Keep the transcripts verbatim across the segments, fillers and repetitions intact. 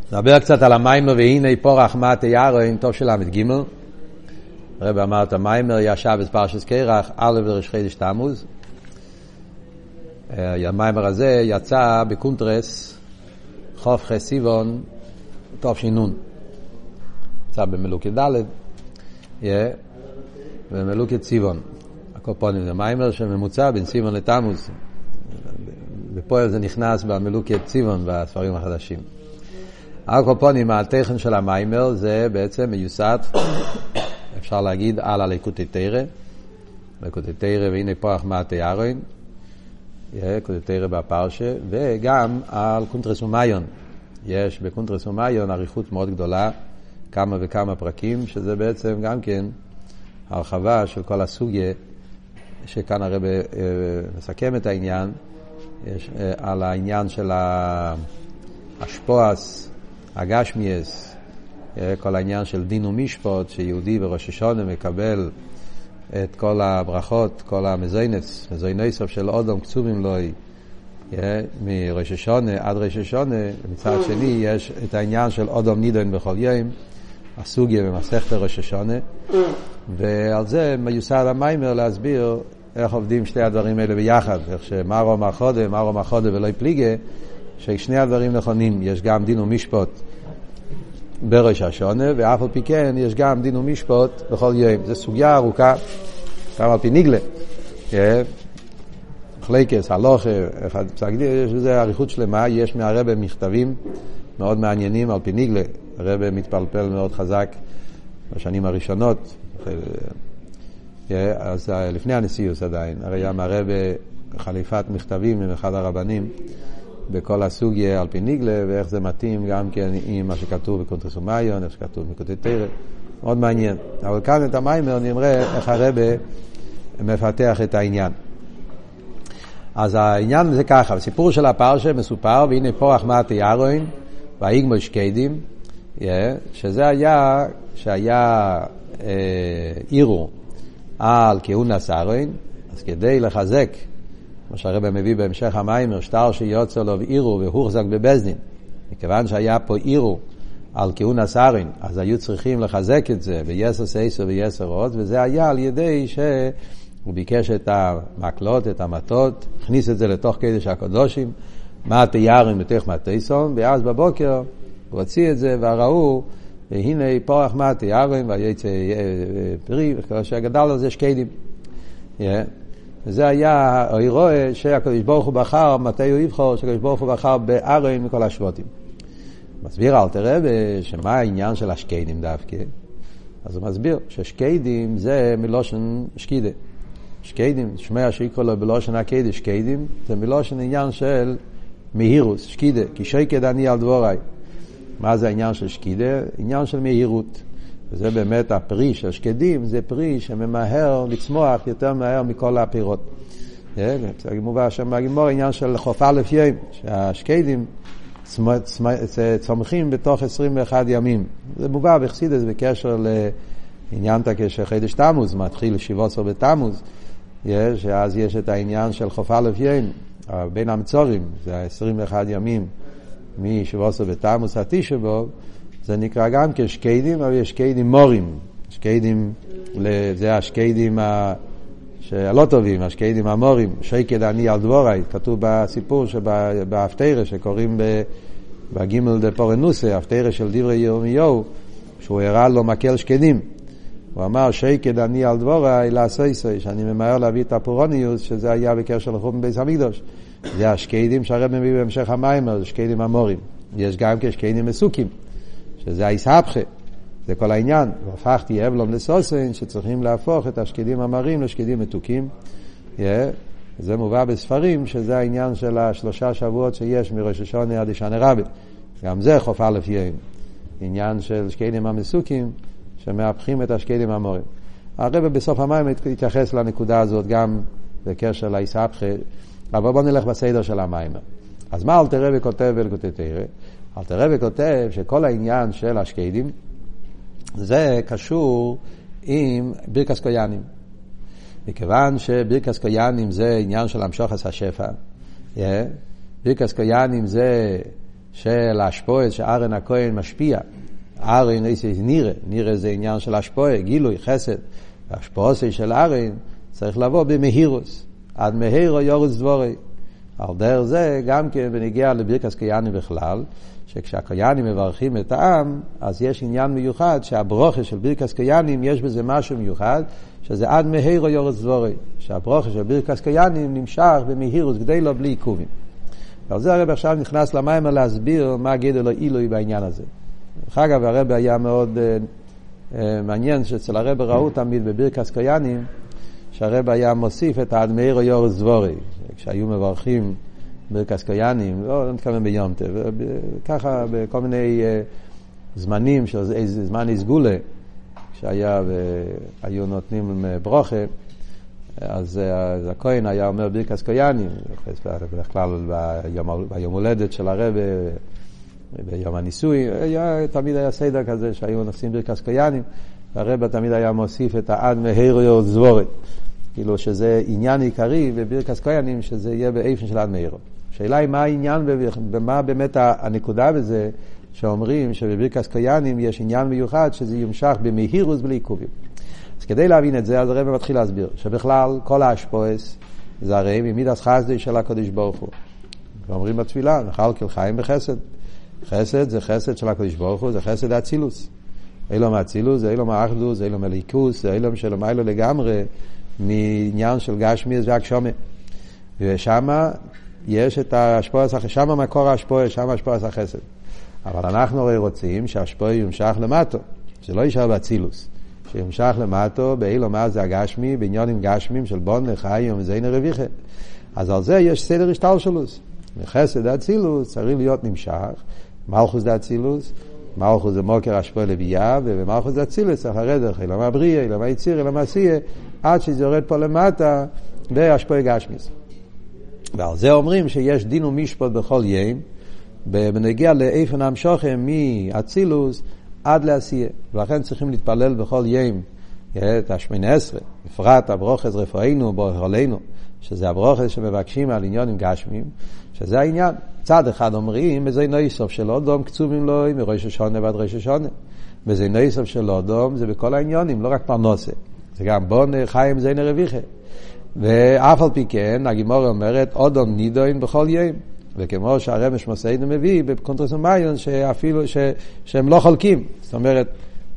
נדבר קצת על המיימר והנה פורח מטה יארוין, טוב של למד גימל. הרב אמר את המיימר ישב בפרשת קרח, א' בראש חודש תמוז. המיימר הזה יצא בקונטרס חוף חסיבון טוב שינון. יצא במלוקת ד' במלוקת ציבון. הקופונים זה מיימר שממוצע בין ציבון לתמוז. בפועל זה נכנס במלוקת ציבון בספרים החדשים. הקופונים, התכן של המיימר זה בעצם מיוסד, אפשר להגיד, על הליקוטי תירא, ליקוטי תירא והנה פורח מטה יארוין, ליקוטי תירא בפרשה, וגם על קונטרס ומיון. יש בקונטרס ומיון אריכות מאוד גדולה, כמה וכמה פרקים, שזה בעצם גם כן הרחבה של כל הסוגיה, שכאן הרב מסכם את העניין, יש, על העניין של השפועס, הגשמיאס, כל העניין של דין ומשפט, שיהודי בראש השונה מקבל את כל הברכות, כל המזוינס, מזוינסוף של אודום קצובים לוי, מראש השונה עד ראש השונה. מצד שני יש את העניין של אודום נידון בכל יום, הסוגיה במסכת ראש השונה, ועל זה מיוסד המיימר להסביר איך עובדים שתי הדברים האלה ביחד, איך שמרו מחודה, מרו מחודה ולא פליגה, ששני הדברים נכונים. יש גם דין ומשפט בראש השונה, ואף על פי כן יש גם דין ומשפט בכל יום. זו סוגיה ארוכה, גם על פי ניגלה, מחלקס, הלוכה, אחד פסק דין, יש לזה אריכות שלמה. יש מהרבא מכתבים מאוד מעניינים על פי ניגלה. הרבא מתפלפל מאוד חזק בשנים הראשונות, אז לפני הנשיאות עדיין, הרי היה מהרבא חליפת מכתבים עם אחד הרבנים בכל הסוגיה על פי ניגלה, ואיך זה מתאים גם כן עם מה שכתוב בקונטרס ומיון, איך שכתוב בליקוטי תירא. מאוד מעניין. אבל כאן את המיימר נראה איך הרבא מפתח את העניין. אז העניין זה ככה, בסיפור של הפרשה מסופר, והנה פורח מטה יארוין ויגמול שקדים, שזה היה, שהיה עירו על כהונס ארוין, אז כדי לחזק מה שהרבא מביא בהמשך המיימר, שטר שיוצא לו עירו והוחזק בבזדין, מכיוון שהיה פה עירו על כהונס ארוין, אז היו צריכים לחזק את זה ביסר סייסר ויסר עוד, וזה היה על ידי שהוא ביקש את המקלות, את המטות, הכניס את זה לתוך קדש הקדושים, מטה יארוין בתוך מטייסון, ואז בבוקר הוא הוציא את זה והראו, והנה פורח מטה יארוין ויצא פרי, וכשגדל על זה שקדים. וזה היה אירוע שהקדוש ברוך הוא בחר, מתי הוא יבחר, שהקדוש ברוך הוא בחר בארוין מכל השבטים. מסביר אלתר רבי שמה העניין של השקדים דווקא. אז הוא מסביר ששקדים זה מלושן שקידה. שקדים, שמע שיקרא לו בלושן הקדש שקדים, זה מלושן עניין של מהירוס, שקידה, כי שקד אני על דבוריי. מה זה העניין של שקידה? עניין של מהירות. וזה באמת הפרי של שקדים, זה פרי שממהר לצמוח יותר מהר מכל הפירות. מובא שם בגמרא עניין של חוף א' יום, שהשקדים צומחים בתוך עשרים ואחד ימים. זה מובא בחסידות בקשר לעניין של חודש תמוז, מתחיל שבעה עשר בתמוז, שאז יש את העניין של חוף א' יום, בין המצורים, זה עשרים ואחד ימים משבעה עשר בתמוז התשעה באב. זה נקרא גם כשקדים, אבל יש שקדים מורים. שקדים, זה השקדים הלא טובים, השקדים המורים. שקד אני על דבוריי, כתוב בסיפור שבהפטרה שקוראים בגימל דה פורנוסה, הפטרה של דברי ירמיהו, שהוא הראה לו מקל שקדים. הוא אמר, שקד אני על דבוריי לעשויסוי, שאני ממהר להביא את הפורוניוס, שזה היה בקשר לחורבן בית המקדש. זה השקדים שהרב מביא בהמשך המיימר, זה שקדים המורים. יש גם כשקדים מסוקים. שזה היסהפכה, זה כל העניין. והפכתי אבלום לסוסן, שצריכים להפוך את השקדים המרים לשקדים מתוקים. Yeah. זה מובא בספרים, שזה העניין של השלושה שבועות שיש מראש השונה עד שנה רבי. גם זה חוף א' יום. עניין של שקדים המסוקים, שמהפכים את השקדים המורים. הרב בסוף המים התייחס לנקודה הזאת גם בקשר להיסהפכה, אבל בוא נלך בסדר של המים. אז מה אלתר רבי כותב בליקוטי תירא? אלתר רבי כותב שכל העניין של השקדים זה קשור עם ברכת כהנים. מכיוון שברכת כהנים זה עניין של המשוך השפע. ברכת כהנים זה של השפועה, שארן הכהן משפיע. ארן איזה נראה, נראה זה עניין של השפועה, גילוי, חסד. והשפועה של ארן צריך לבוא במהירוס. עד מהירו יורץ דבורי. על דרך זה גם כן בנגיע לברכת כהנים בכלל, שכשהכהנים מברכים את העם, אז יש עניין מיוחד שהברוכה של ברכת כהנים יש בזה משהו מיוחד, שזה עד מהירו יורץ דבורי. שהברוכה של ברכת כהנים נמשך במהירוס, כדי לא בלי עיכובים. ועל זה הרב עכשיו נכנס למים להסביר מה גדול העילוי בעניין הזה. דרך אגב, הרב היה מאוד uh, uh, מעניין שאצל הרב ראו תמיד בברכת כהנים, שהרב היה מוסיף את עד מהירו יורץ דבורי. כשהיו מברכים ברכת כהנים, לא, לא מתכוון ביום טוב, ככה בכל מיני uh, זמנים, של איזה זמן הסגולה, כשהיה והיו נותנים ברוכה, אז, אז הכהן היה אומר ברכת כהנים, בדרך כלל ביום, ביום הולדת של הרב, ביום הניסוי, היה, תמיד היה סדר כזה שהיו נושאים ברכת כהנים, והרב תמיד היה מוסיף את העד מהירו יורץ דבורי, כאילו שזה עניין עיקרי בברכת כהנים, שזה יהיה באיפן של עד מהירו. השאלה היא מה העניין ומה באמת הנקודה בזה, שאומרים שבברכת כהנים יש עניין מיוחד שזה ימשך במהירוס בלי עיכובים. אז כדי להבין את זה, אז הרב מתחיל להסביר שבכלל כל ההשפועס זה הרי ממידס חסדי של הקדוש ברוך הוא. ואומרים בתפילה, נחלקל חיים בחסד. חסד זה חסד של הקדוש ברוך הוא, זה חסד האצילוס. אילום האצילוס, זה אילום האחדוס, זה אילום הליכוס, זה אילום של מיילו לגמרי מעניין של גשמיאס והגשמה. ושמה יש את ההשפועס, שמה מקור ההשפועס, שמה השפועס החסד. אבל אנחנו הרי רוצים שההשפוע ימשך למטו, שלא יישאר באצילוס, שימשך למטו באילו מה זה הגשמי, בעניונים גשמים של בון לחיים וזין רוויחה. אז על זה יש סדר השתלשלוס. מחסד האצילוס צריך להיות נמשך, מלכוס דאצילוס, מלכוס זה מוקר השפוע לביאה, ובמלכוס דאצילוס צריך לרדת אילו מה בריאה, אילו מה יציר, אילו מה עשייה, עד שזה יורד פה למטה בהשפוע גשמיס. ועל זה אומרים שיש דין ומשפט בכל יום, בנגיע לאיפן המשוכם מאצילוס עד לעשייה. ולכן צריכים להתפלל בכל יום את השמונה עשרה, בפרט הברוכס רפואינו בורחולנו, שזה הברוכס שמבקשים על עניונים גשמים, שזה העניין. צד אחד אומרים, בזה נויסוף של אודום קצובים לו מראש השונה ועד ראש השונה. בזה נויסוף של אודום זה בכל העניונים, לא רק פרנסה. זה גם בון חיים זין רוויחה. ואף על פי כן, הגימורה אומרת, אודום נידוין בכל יום. וכמו שהרמש מסעידנו מביא בקונטרס ומאיון שאפילו ש, שהם לא חולקים. זאת אומרת,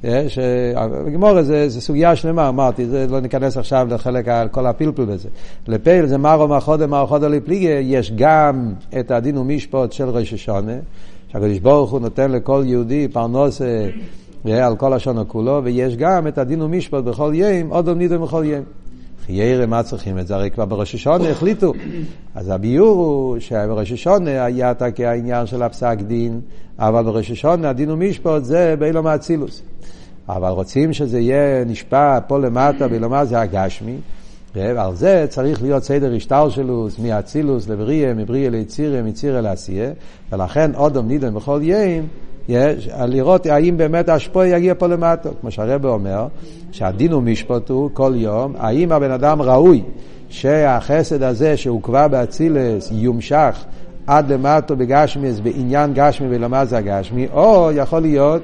בגמורה זה, זה סוגיה שלמה, אמרתי, זה לא ניכנס עכשיו לחלק על כל הפלפל בזה. לפעיל זה מרו מאחודה מאחודה לפליגה, יש גם את הדין ומשפט של ראש השונה, שהקדוש ברוך הוא נותן לכל יהודי פרנוס על כל השונה כולו, ויש גם את הדין ומשפט בכל יום, עוד נידון בכל יום. חיירה, מה צריכים את זה? הרי כבר בראש השונה החליטו. אז הביור הוא שבראש השונה היה תקי העניין של הפסק דין, אבל בראש השונה הדין ומשפט זה באילום האצילוס. אבל רוצים שזה יהיה נשפע פה למטה, באילום זה הגשמי, ועל זה צריך להיות סדר השתלשלוס מהאצילוס לבריאה, מבריאה ליצירה, מיצירה לעשייה, ולכן אודום נידון בכל יום, יש, לראות האם באמת ההשפוע יגיע פה למטה. כמו שהרבא אומר, שהדין ומשפט הוא כל יום, האם הבן אדם ראוי שהחסד הזה שהוא קבע באצילס יומשך עד למטה בגשמיס, בעניין גשמי ולמה זה הגשמי, או יכול להיות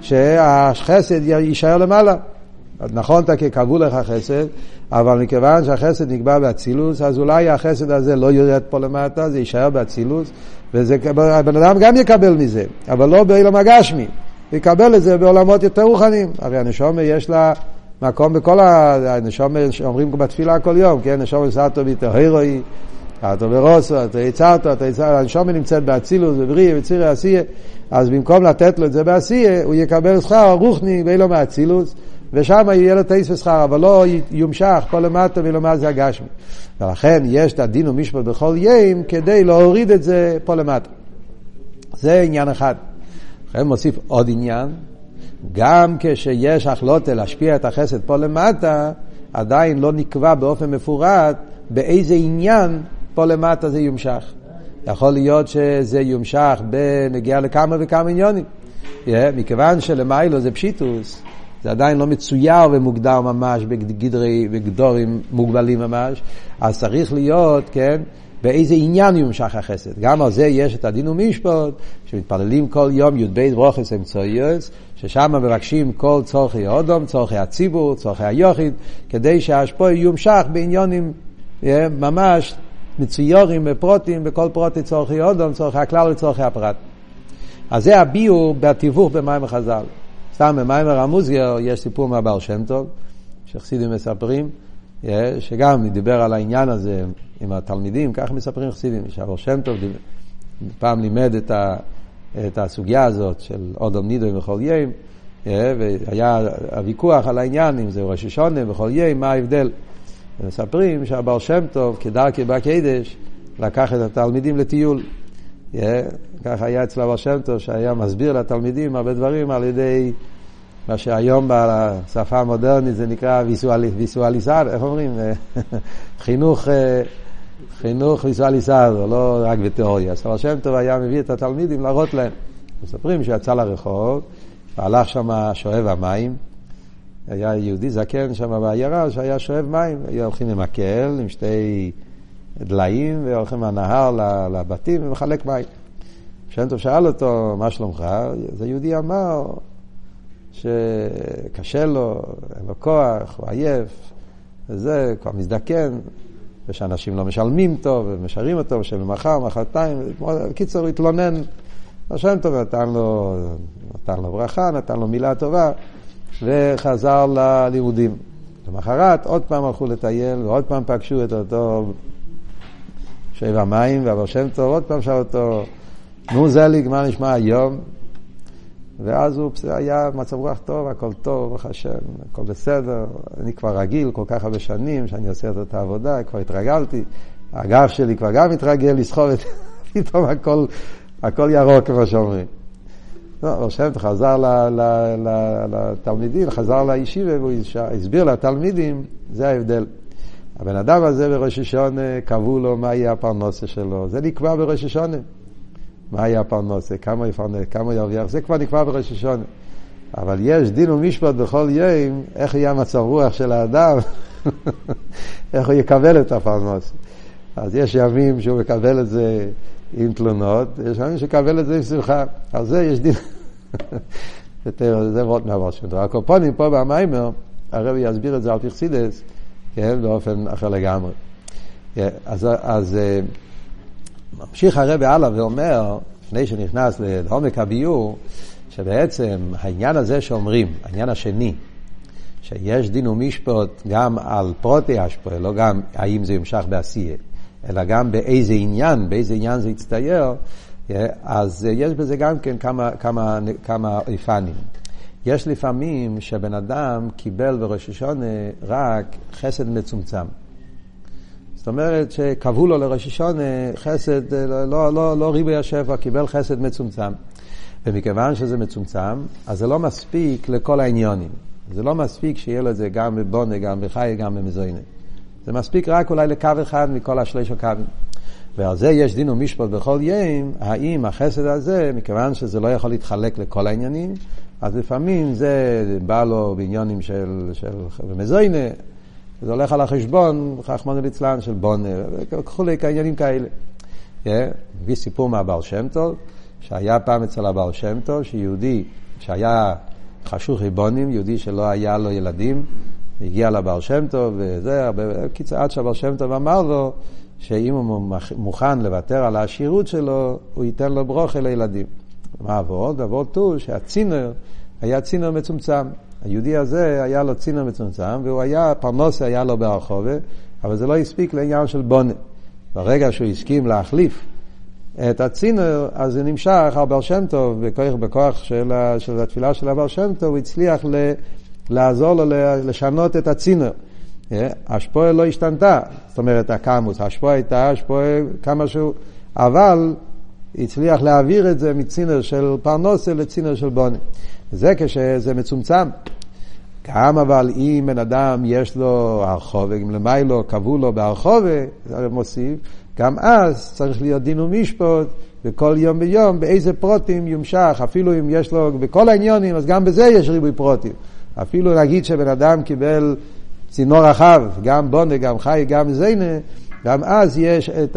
שהחסד יישאר למעלה. נכון, אתה כקבעו לך חסד, אבל מכיוון שהחסד נקבע באצילוס, אז אולי החסד הזה לא יורד פה למטה, זה יישאר באצילוס, והבן אדם גם יקבל מזה, אבל לא בעולם הגשמי, יקבל את זה בעולמות יותר רוחניים. הרי הנשמה יש לה מקום בכל הנשמה, אומרים בתפילה כל יום, כן, נשמה סעתו ביטהרוי, אתה ברוסו, אתה יצרת, אתה יצרת, הנשמה נמצאת באצילוס, בבריאה, בצירה, עשייה, אז במקום לתת לו את זה בעשייה, הוא יקבל שכר רוחני בעולם האצילוס, ושם יהיה לו תייס ושכר, אבל לא יומשך פה למטה ולמה זה הגשמי. ולכן יש את הדין ומשפט בכל יום כדי להוריד את זה פה למטה. זה עניין אחד. לכן מוסיף עוד עניין, גם כשיש החלטה להשפיע את החסד פה למטה, עדיין לא נקבע באופן מפורט באיזה עניין פה למטה זה יומשך. יכול להיות שזה יומשך בנגיע לכמה וכמה עניונים. Yeah, מכיוון שלמיילו זה פשיטוס, זה עדיין לא מצויר ומוגדר ממש בגדרי, בגדורים מוגבלים ממש, אז צריך להיות, כן, באיזה עניין יומשך החסד. גם על זה יש את הדין ומשפט, שמתפללים כל יום י' ב' ברוכס אמצעיות, ששם מבקשים כל צורכי האדם, צורכי הציבור, צורכי היחיד, כדי שההשפעה יומשך בעניונים ממש מצוירים בפרוטים, בכל פרוטי צורכי האדם, צורכי הכלל וצורכי הפרט. אז זה הביאור בתיווך במים החז"ל. סתם במים הרמוזגר יש סיפור מהבעל שם טוב, שחסידים מספרים, שגם נדבר על העניין הזה עם התלמידים, כך מספרים חסידים, שהבעל שם טוב פעם לימד את, ה, את הסוגיה הזאת של אודם נידוי בכל יום, והיה הוויכוח על העניין, אם זה ראש השונה בכל יום, מה ההבדל. מספרים שהבעל שם טוב, כדרכי בקדש, לקח את התלמידים לטיול. כך היה אצל הבעל שם טוב, שהיה מסביר לתלמידים הרבה דברים על ידי מה שהיום בשפה המודרנית זה נקרא ויזואליזציה, איך אומרים? חינוך, חינוך ויזואליזציה, לא רק בתיאוריה. אז הבעל שם טוב היה מביא את התלמידים להראות להם. מספרים שיצא לרחוב, והלך שם שואב המים, היה יהודי זקן שם בעיירה שהיה שואב מים, היו הולכים עם מקל, עם שתי דליים, והולכים מהנהר לבתים ומחלק מים. שם טוב שאל אותו, מה שלומך? אז היהודי אמר שקשה לו, אין לו כוח, הוא עייף, וזה כבר מזדקן, ושאנשים לא משלמים טוב, ומשארים אותו, ושבמחר, מחרתיים, קיצור, התלונן. שם טוב נתן לו, נתן לו ברכה, נתן לו מילה טובה, וחזר ללימודים. למחרת עוד פעם הלכו לטייל, ועוד פעם פגשו את אותו שואב המים, והבעל שם טוב עוד פעם שאל אותו, נו זליג, מה נשמע היום? ואז הוא היה מצב רוח טוב, הכל טוב, ברוך השם, הכל בסדר. אני כבר רגיל כל כך הרבה שנים שאני עושה את אותה עבודה, כבר התרגלתי. הגב שלי כבר גם התרגל לסחוב את פתאום הכל, הכל ירוק, כמו שאומרים. לא, השם חזר לתלמידים, חזר לישיבה, והוא הסביר לתלמידים, זה ההבדל. הבן אדם הזה בראש השונה, קבעו לו מה יהיה הפרנסה שלו. זה נקבע בראש השונה. מה יהיה הפרנסה, כמה יפרנס, כמה ירוויח, זה כבר נקבע בראש השונה. אבל יש דין ומשפט בכל יום, איך יהיה מצב רוח של האדם, איך הוא יקבל את הפרנסה. אז יש ימים שהוא מקבל את זה עם תלונות, יש ימים שקבל את זה עם שמחה. על זה יש דין. זה מאוד מעבר שם. הקופונים פה במיימר, הרבי יסביר את זה על פרסידס, כן, באופן אחר לגמרי. אז, אז ממשיך הרבי הלאה ואומר, לפני שנכנס לעומק הביור, שבעצם העניין הזה שאומרים, העניין השני, שיש דין ומשפט גם על פרוטי השפעה, לא גם האם זה ימשך בעשייה, אלא גם באיזה עניין, באיזה עניין זה יצטייר, אז יש בזה גם כן כמה, כמה, כמה איפנים. יש לפעמים שבן אדם קיבל בראש השונה רק חסד מצומצם. זאת אומרת שקבעו לו לראש השונה חסד, לא, לא, לא, לא ריבוי השפע, קיבל חסד מצומצם. ומכיוון שזה מצומצם, אז זה לא מספיק לכל העניונים. זה לא מספיק שיהיה לו את זה גם בבונה, גם בחי, גם במזוינה. זה מספיק רק אולי לקו אחד מכל השלוש הקווים. ועל זה יש דין ומשפט בכל יום, האם החסד הזה, מכיוון שזה לא יכול להתחלק לכל העניינים, אז לפעמים זה בא לו בעניונים של, של מזוינה, זה הולך על החשבון, חכמנו ליצלן של בונה, וכולי כעניינים כאלה. מביא סיפור מהבעל שם טוב, שהיה פעם אצל הבעל שם טוב, שיהודי שהיה חשוך ריבונים, יהודי שלא היה לו ילדים, הגיע לבעל שם טוב, וזה, קיצר, עד שהבעל שם טוב אמר לו, שאם הוא מוכן לוותר על העשירות שלו, הוא ייתן לו ברוכה לילדים. מה עבוד? עבוד טוב שהצינר היה צינר מצומצם. היהודי הזה היה לו צינר מצומצם, והוא היה, פרנוסה היה לו בהרחובה, אבל זה לא הספיק לעניין של בונה. ברגע שהוא הסכים להחליף את הצינר, אז זה נמשך על בעל שם טוב, בכוח, בכוח של, של התפילה של הבעל שם טוב, הוא הצליח ל, לעזור לו לשנות את הצינר. השפועה לא השתנתה, זאת אומרת הקמוס, השפועה הייתה השפועה כמה שהוא, אבל הצליח להעביר את זה מצינר של פרנוסה לצינר של בונה. זה כשזה מצומצם. גם אבל אם בן אדם יש לו הרחובה, אם למיילו קבעו לו בהרחובה, זה מוסיף, גם אז צריך להיות דין ומשפט, וכל יום ביום באיזה פרוטים יומשך, אפילו אם יש לו בכל העניונים, אז גם בזה יש ריבוי פרוטים. אפילו נגיד שבן אדם קיבל צינור רחב, גם בונה, גם חי, גם זיינה, גם אז יש את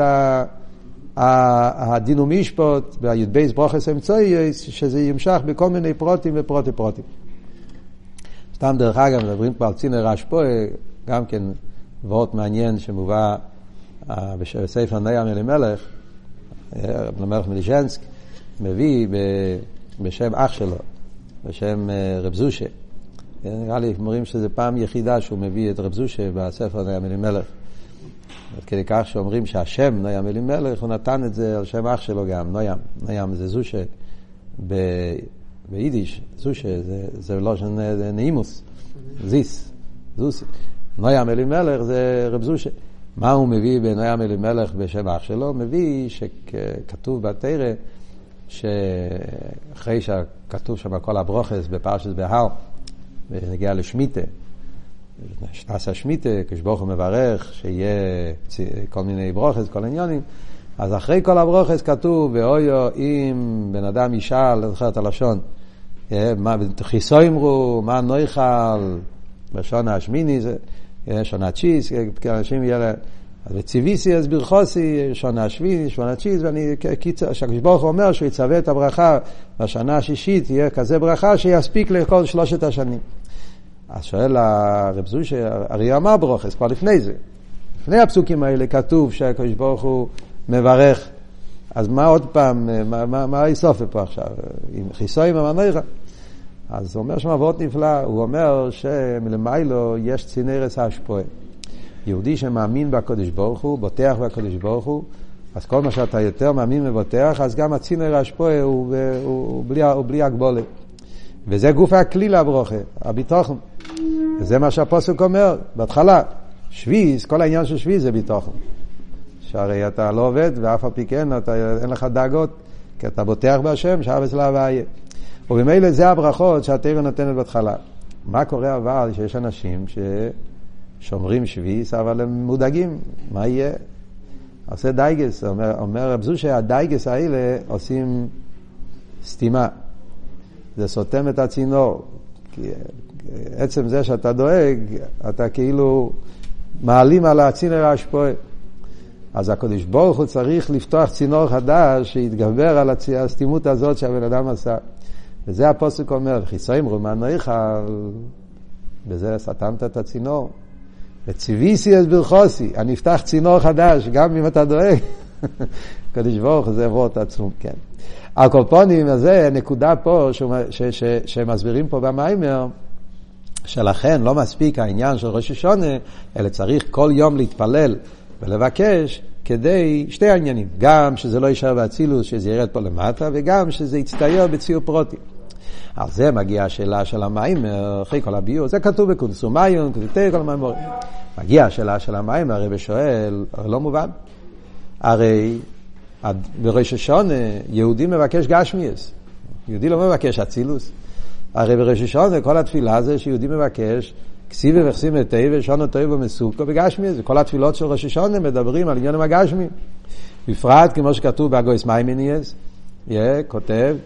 הדין ומשפט, והי"ב ברוכס אמצעי, שזה ימשך בכל מיני פרוטים ופרוטי פרוטים. סתם דרך אגב, מדברים פה על צינר רשפוה, גם כן וורט מעניין שמובא בספר נוים אלימלך, למלך מליז'נסק, מביא בשם אח שלו, בשם רב זושה. נראה לי אומרים שזה פעם יחידה שהוא מביא את רב זושה בספר נוים אלימלך. כדי כך שאומרים שהשם נוים אלימלך, הוא נתן את זה על שם אח שלו גם, נוים. נוים זה זושה ב... ביידיש, זושה, זה, זה לא של נעימוס, זיס, זוס. נוים אלימלך זה רב זושה. מה הוא מביא בנוים אלימלך בשם אח שלו? מביא שכתוב בתורה, שאחרי שכתוב שם כל הברוכס בפרשת בהר, ונגיע לשמיטה, שתעשה שמיטה, כשברוך הוא מברך, שיהיה כל מיני ברוכס, כל עניונים, אז אחרי כל הברוכס כתוב, ואויו אם בן אדם ישאל, לא זוכר את הלשון, חיסו אמרו, מה נויכל, בשון השמיני, שון הצ'יס, כי אנשים יהיה להם, וציוויסי אז ברכוסי, שון השמיני, שון הצ'יס, ואני קיצר, כשברוך הוא אומר שהוא יצווה את הברכה, בשנה השישית יהיה כזה ברכה, שיספיק לכל שלושת השנים. אז שואל הרב זושה, הרי אמר ברוכס, כבר לפני זה. לפני הפסוקים האלה כתוב שהקדוש ברוך הוא מברך. אז מה עוד פעם, מה, מה, מה יסופה פה עכשיו? עם חיסויים המנויך. אז הוא אומר שם עבוד נפלא, הוא אומר שמלמיילו יש צינרס ההשפועה. יהודי שמאמין בקדוש ברוך הוא, בוטח בקדוש ברוך הוא, אז כל מה שאתה יותר מאמין ובוטח, אז גם הצינר ההשפועה הוא, הוא, הוא, בלי, הוא בלי הגבולת. וזה גוף הכלי לברוכה, הביטוחן. וזה מה שהפוסק אומר, בהתחלה, שביס, כל העניין של שביס זה ביטוחן. שהרי אתה לא עובד, ואף על פי כן, אתה, אין לך דאגות, כי אתה בוטח בהשם, שעבס לה ואיה. ובמילא זה הברכות שהתורה נותנת בהתחלה. מה קורה אבל שיש אנשים ששומרים שביס, אבל הם מודאגים, מה יהיה? עושה דייגס, אומר, אומר רב זושה שהדייגס האלה עושים סתימה. זה סותם את הצינור. כי עצם זה שאתה דואג, אתה כאילו מעלים על הצינר ההשפועה. אז הקדוש ברוך הוא צריך לפתוח צינור חדש שיתגבר על הסתימות הזאת שהבן אדם עשה. וזה הפוסק אומר, חיסויים רומן נויכל, בזה סתמת את הצינור. וציוויסי אז ברכוסי, אני אפתח צינור חדש, גם אם אתה דואג. הקדוש ברוך הוא זה עבוד עצום, כן. הקופונים הזה, נקודה פה שמסבירים פה במיימר, שלכן לא מספיק העניין של ראש השונה, אלא צריך כל יום להתפלל ולבקש כדי שתי העניינים, גם שזה לא יישאר באצילוס, שזה ירד פה למטה, וגם שזה יצטייר בציור פרוטי. על זה מגיעה השאלה של המיימר, אחרי כל הביור, זה כתוב בקונסומיון, כתוב כל המיימר. מגיעה השאלה של המיימר, הרב שואל, הרי לא מובן. הרי בראש השונה יהודי מבקש גשמיאס, יהודי לא מבקש אצילוס. הרי בראש השונה כל התפילה זה שיהודי מבקש כסיבי וחסימי טבע, שונו טוב ומסוכו בגשמיאס, וכל התפילות של ראש השונה מדברים על עניין הגשמי. בפרט כמו שכתוב באגויס מיימניאס, כותב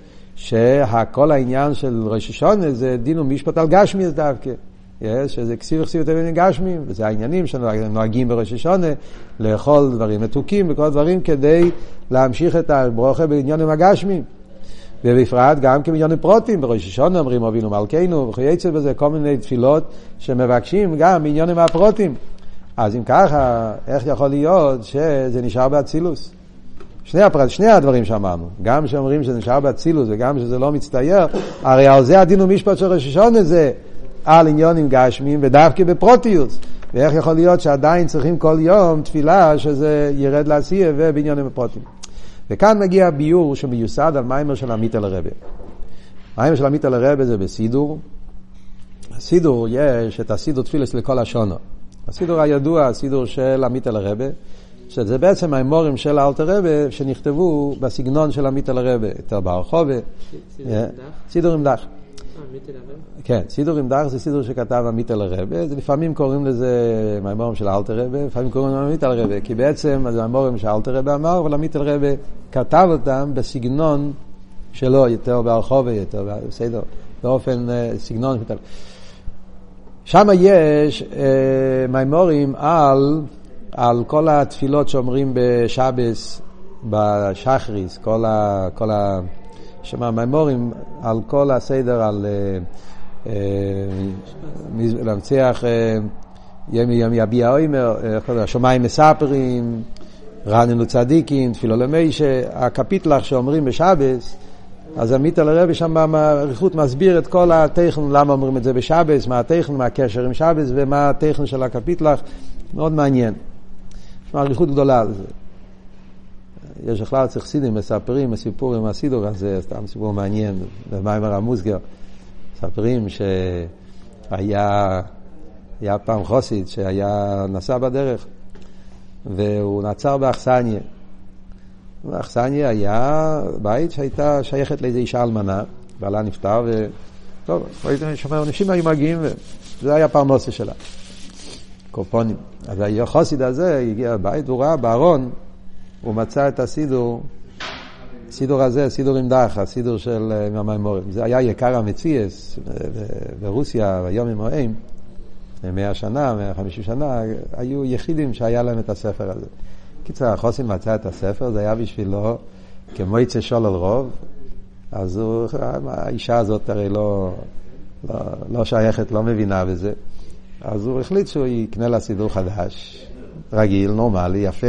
שכל העניין של ראש השונה זה דין ומשפט על גשמיאס דווקא. שזה כסיב וחסיב טבע גשמים, וזה העניינים שנוהגים בראש השונה, לאכול דברים מתוקים וכל דברים כדי להמשיך את הברוכה בעניינים הגשמים. ובפרט גם כעניינים פרוטים, בראש השונה אומרים אבינו מלכנו, וכייצא בזה כל מיני תפילות שמבקשים גם בעניינים הפרוטים. אז אם ככה, איך יכול להיות שזה נשאר באצילוס? שני הפרט, שני הדברים שאמרנו, גם שאומרים שזה נשאר באצילוס וגם שזה לא מצטייר, הרי על זה הדין ומשפט של ראש השונה זה על עניונים גשמים ודווקא בפרוטיוס. ואיך יכול להיות שעדיין צריכים כל יום תפילה שזה ירד לעשייה ובעניינים בפרוטים. וכאן מגיע ביור שמיוסד על מיימר של עמית אל הרבי. מיימר של עמית אל הרבי זה בסידור. הסידור יש את הסידור תפילס לכל השונו. הסידור הידוע, הסידור של עמית אל הרבי, שזה בעצם האמורים של אלתר רבי שנכתבו בסגנון של עמית אל הרבי, יותר ברחובה. סידור עם דח. כן, סידור עם דח זה סידור שכתב עמית אל הרבי, לפעמים קוראים לזה מהאמורים של אלתר רבי, לפעמים קוראים לזה עמית אל הרבי, כי בעצם זה האמורים של אלתר רבי אמר, אבל עמית אל הרבי כתב אותם בסגנון שלו, יותר ברחובה, יותר בסדר, באופן סגנון. שם יש מהאמורים על על כל התפילות שאומרים בשבס, בשחריס, כל ה... כל ה... שמה מימורים, על כל הסדר, על אה, אה, להמצח אה, ימי ימי יביע אוימר, אה, השומיים מספרים, רעננו צדיקים, תפילו למיישה, הקפיטלח שאומרים בשבס, אז עמית על הרבי שם בעריכות מסביר את כל הטכן, למה אומרים את זה בשבס, מה הטכן, מה הקשר עם שבס, ומה הטכן של הקפיטלח, מאוד מעניין. יש מעריכות גדולה על זה. יש בכלל צריך סידים, מספרים, הסיפור עם הסידור הזה, סתם סיפור מעניין, במאמר המוסגר, מספרים שהיה היה פעם חוסיד שהיה נסע בדרך, והוא נעצר באכסניה. באכסניה היה בית שהייתה שייכת לאיזו אישה אלמנה, בעלה נפטר, וטוב, הייתם שומע, אנשים היו מגיעים, וזה היה פרנסה שלה, קופונים. אז החוסיד הזה הגיע לבית, והוא ראה בארון, הוא מצא את הסידור, הסידור הזה, הסידור עם דח, הסידור של מהמימורים. זה היה יקר המציאס ברוסיה, ביום המוהם, מאה שנה, מאה וחמישים שנה, היו יחידים שהיה להם את הספר הזה. קיצר, החוסין מצא את הספר, זה היה בשבילו כמו יצא שול על רוב, אז הוא, האישה הזאת הרי לא, לא, לא שייכת, לא מבינה בזה, אז הוא החליט שהוא יקנה לה סידור חדש, רגיל, נורמלי, יפה,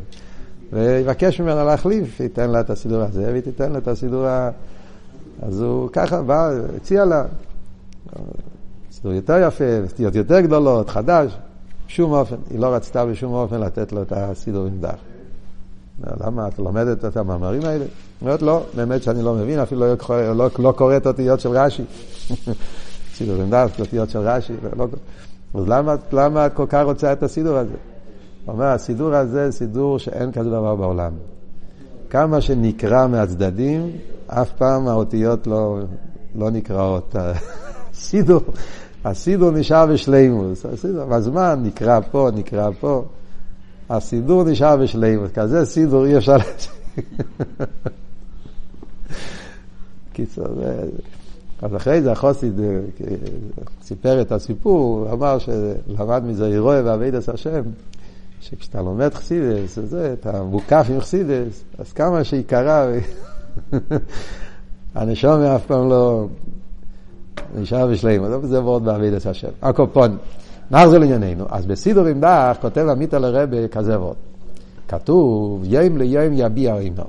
ויבקש ממנה להחליף, ייתן לה את הסידור הזה, ותיתן לה את הסידור ה... אז הוא ככה בא, הציע לה, סידור יותר יפה, סטיות יותר גדולות, חדש, בשום אופן, היא לא רצתה בשום אופן לתת לו את הסידור עם דח. למה? את לומדת את המאמרים האלה? אומרת, לא, באמת שאני לא מבין, אפילו לא, לא, לא קורא את אותיות של רש"י. סידור עם דח, אותיות של רש"י. לא... אז למה, למה את כל כך רוצה את הסידור הזה? הוא אומר, הסידור הזה סידור שאין כזה דבר בעולם. כמה שנקרא מהצדדים, אף פעם האותיות לא, לא נקראות. הסידור, הסידור נשאר בשלימוס. הסידור, בזמן נקרא פה, נקרא פה. הסידור נשאר בשלימוס. כזה סידור אי אפשר להגיד. קיצור, אז אחרי זה החוסיד סיפר את הסיפור, הוא אמר שלמד מזה אירוע ועבודת השם, שכשאתה לומד חסידס, זה, אתה מוקף עם חסידס, אז כמה שיקרה, הנשמה אף פעם לא נשאר בשלימות, זה מאוד בעבודת השם. הקופון, נחזור לענייננו. אז בסידור עם דח כותב עמית על הרבי כזה ווד. כתוב, יום ליום יביע אינו.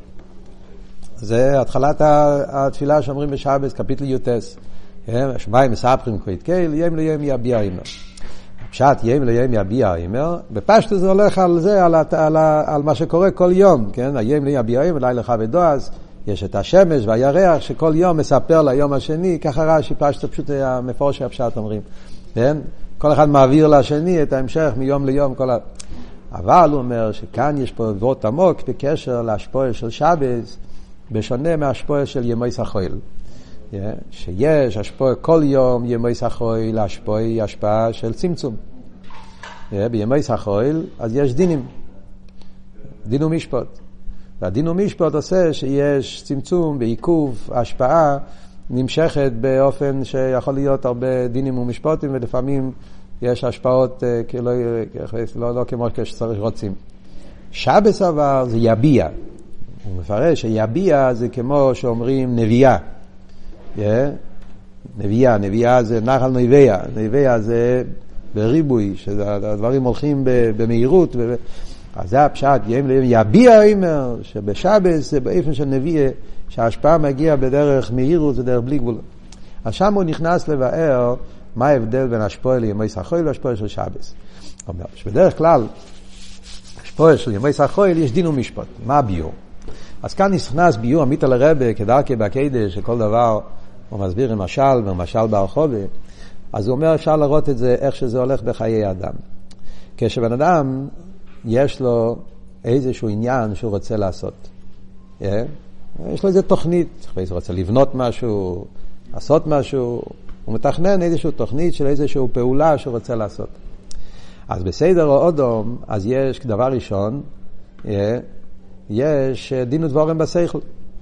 זה התחלת התפילה שאומרים בשבס, קפיטל יוטס. שמיים מספרים כהית קהיל, יום ליום יביע אינו. פשט יום ליום יביע אינו, בפשט זה הולך על זה, על, על, על מה שקורה כל יום, כן? היום ליום יביע אינו, לילה חווה דועז, יש את השמש והירח שכל יום מספר ליום השני, ככה רש"י פשט פשוט המפורש הפשט אומרים. כן? כל אחד מעביר לשני את ההמשך מיום ליום. כל ה... אבל הוא אומר שכאן יש פה וורט עמוק בקשר להשפעה של שבס, בשונה מהשפעה של ימי סחויל. Yeah, שיש השפעה כל יום ימי סחויל, השפעה היא השפעה של צמצום. Yeah, בימי סחויל אז יש דינים. דין ומשפט. והדין ומשפט עושה שיש צמצום בעיכוב, השפעה נמשכת באופן שיכול להיות הרבה דינים ומשפטים, ולפעמים יש השפעות כאילו, לא, לא כמו שצריך רוצים. שבס אבל זה יביע. הוא מפרש שיביע זה כמו שאומרים נביאה. Yeah? נביאה, נביאה זה נחל נביאה. נביאה זה בריבוי, שהדברים הולכים במהירות. ו... אז זה הפשט, יביע אימר, שבשבס זה באופן של נביאה, שההשפעה מגיעה בדרך מהירות, זה דרך בלי גבול. אז שם הוא נכנס לבאר מה ההבדל בין השפוע לימי סחויל והשפוע של שבס. הוא אומר, שבדרך כלל, השפוע של ימי סחויל יש דין ומשפט. מה הביור? אז כאן נכנס ביור עמית על הרבי, כדרכי בקדש, שכל דבר הוא מסביר עם משל, ומשל ברחובה. אז הוא אומר, אפשר לראות את זה, איך שזה הולך בחיי אדם. כשבן אדם, יש לו איזשהו עניין שהוא רוצה לעשות. Yeah? יש לו איזו תוכנית, הוא רוצה לבנות משהו, לעשות משהו, הוא מתכנן איזושהי תוכנית של איזושהי פעולה שהוא רוצה לעשות. אז בסדר או אודום, אז יש דבר ראשון, yeah, יש דין ודברים בשכל.